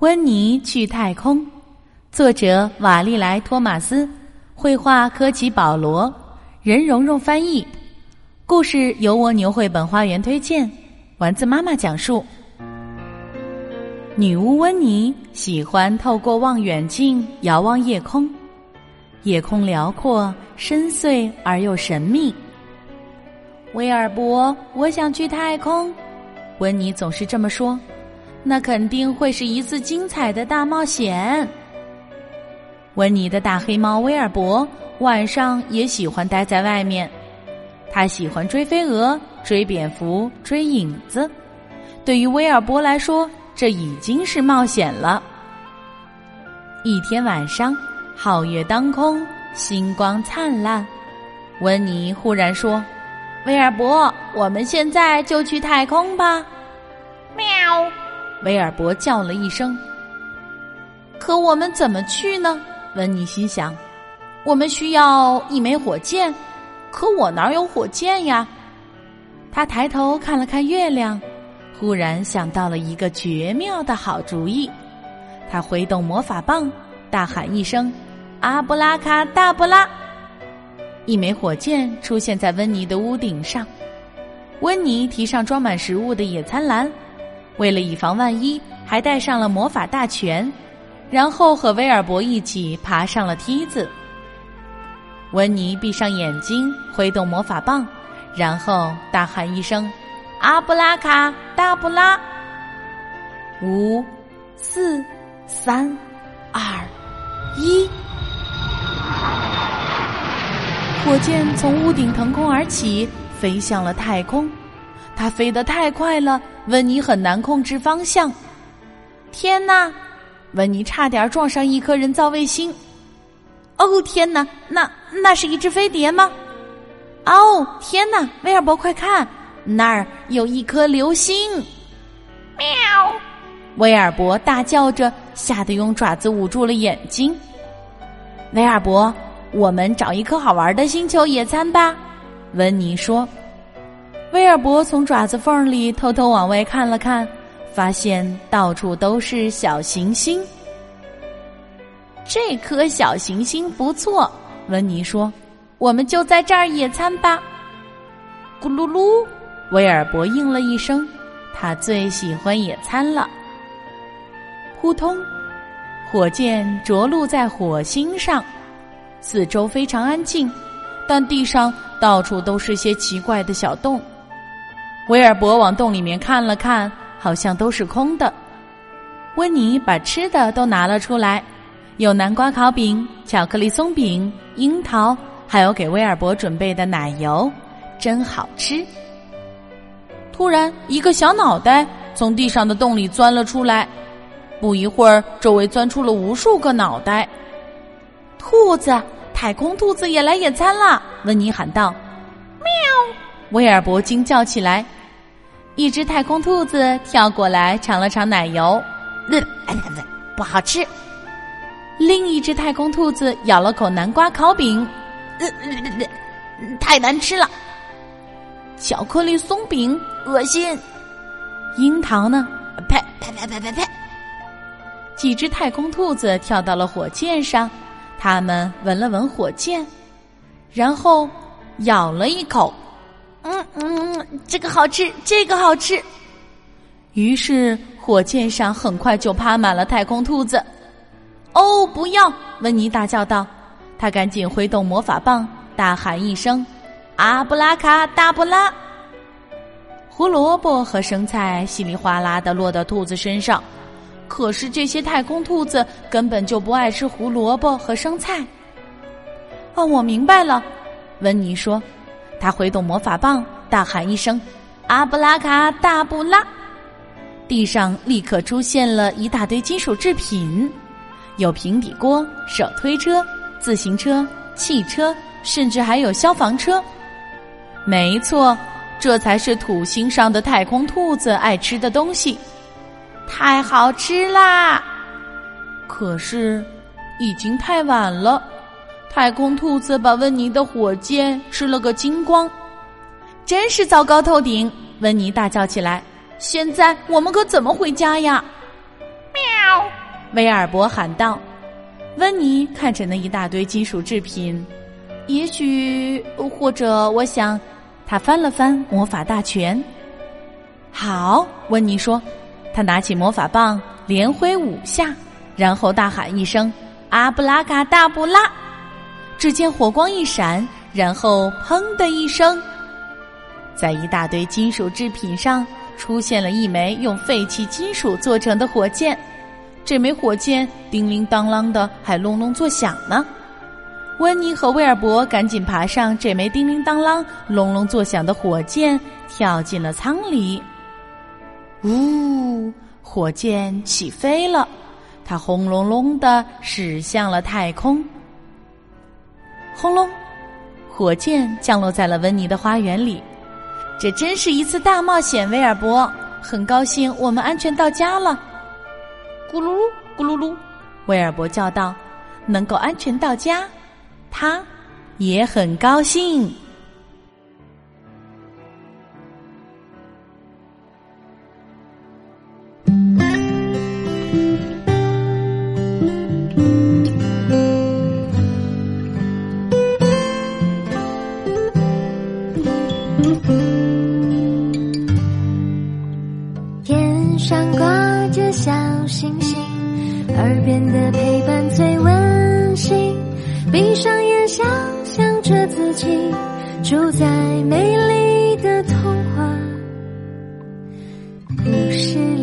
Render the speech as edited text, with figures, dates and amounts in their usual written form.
温妮去太空，作者瓦利莱·托马斯，绘画科奇·保罗，任蓉蓉翻译。故事由蜗牛绘本花园推荐，丸子妈妈讲述。女巫温妮喜欢透过望远镜遥望夜空，夜空辽阔、深邃而又神秘。威尔伯，我想去太空，温妮总是这么说，那肯定会是一次精彩的大冒险。温妮的大黑猫威尔伯晚上也喜欢待在外面，他喜欢追飞蛾、追蝙蝠、追影子。对于威尔伯来说，这已经是冒险了。一天晚上，皓月当空，星光灿烂。温妮忽然说：“威尔伯，我们现在就去太空吧。”喵！威尔伯叫了一声。可我们怎么去呢？温妮心想，我们需要一枚火箭，可我哪有火箭呀？他抬头看了看月亮，忽然想到了一个绝妙的好主意。他挥动魔法棒，大喊一声：“阿布拉卡达布拉！”一枚火箭出现在温妮的屋顶上。温妮提上装满食物的野餐篮，为了以防万一，还带上了魔法大全，然后和威尔伯一起爬上了梯子。温妮闭上眼睛，挥动魔法棒，然后大喊一声：“阿布拉卡达布拉！”5、4、3、2、1，火箭从屋顶腾空而起，飞向了太空。它飞得太快了，温妮很难控制方向。天哪！温妮差点撞上一颗人造卫星。哦，天哪！那是一只飞碟吗？哦，天哪！威尔伯，快看，那儿有一颗流星！喵！威尔伯大叫着，吓得用爪子捂住了眼睛。威尔伯，我们找一颗好玩的星球野餐吧，温妮说。威尔伯从爪子缝里偷偷往外看了看，发现到处都是小行星。这颗小行星不错，温妮说，我们就在这儿野餐吧。咕噜噜，威尔伯应了一声，他最喜欢野餐了。扑通，火箭着陆在火星上，四周非常安静，但地上到处都是些奇怪的小洞。威尔伯往洞里面看了看，好像都是空的。温妮把吃的都拿了出来，有南瓜烤饼、巧克力松饼、樱桃，还有给威尔伯准备的奶油，真好吃。突然，一个小脑袋从地上的洞里钻了出来，不一会儿，周围钻出了无数个脑袋。兔子，太空兔子也来野餐了！温妮喊道。喵！威尔伯惊叫起来。一只太空兔子跳过来尝了尝奶油，不好吃。另一只太空兔子咬了口南瓜烤饼，太难吃了。巧克力松饼恶心。樱桃呢？呸！几只太空兔子跳到了火箭上，它们闻了闻火箭，然后咬了一口。这个好吃，这个好吃。于是火箭上很快就趴满了太空兔子。哦，不要！温妮大叫道。他赶紧挥动魔法棒，大喊一声：“阿布拉卡达布拉！”胡萝卜和生菜稀里哗啦地落到兔子身上，可是这些太空兔子根本就不爱吃胡萝卜和生菜。哦，我明白了，温妮说。他挥动魔法棒，大喊一声：“阿布拉卡达布拉！”地上立刻出现了一大堆金属制品，有平底锅、手推车、自行车、汽车，甚至还有消防车。没错，这才是土星上的太空兔子爱吃的东西。太好吃啦！可是，已经太晚了。太空兔子把温妮的火箭吃了个精光，真是糟糕透顶！温妮大叫起来：“现在我们可怎么回家呀？”喵。 威尔伯喊道。温妮看着那一大堆金属制品，也许，或者我想，他翻了翻魔法大全。好，温妮说，他拿起魔法棒连挥5下，然后大喊一声阿布拉嘎达布拉，只见火光一闪，然后砰的一声，在一大堆金属制品上出现了一枚用废弃金属做成的火箭。这枚火箭叮铃当啷的还隆隆作响呢。温妮和威尔伯赶紧爬上这枚叮铃当啷隆隆作响的火箭，跳进了舱里。呜，火箭起飞了，它轰隆隆地驶向了太空。轰隆，火箭降落在了温妮的花园里。这真是一次大冒险，威尔伯，很高兴我们安全到家了。咕噜噜，咕噜噜，威尔伯叫道，能够安全到家，他也很高兴。 天上挂着小星星，耳边的陪伴最温馨，闭上眼想象着自己住在美丽的童话故事里。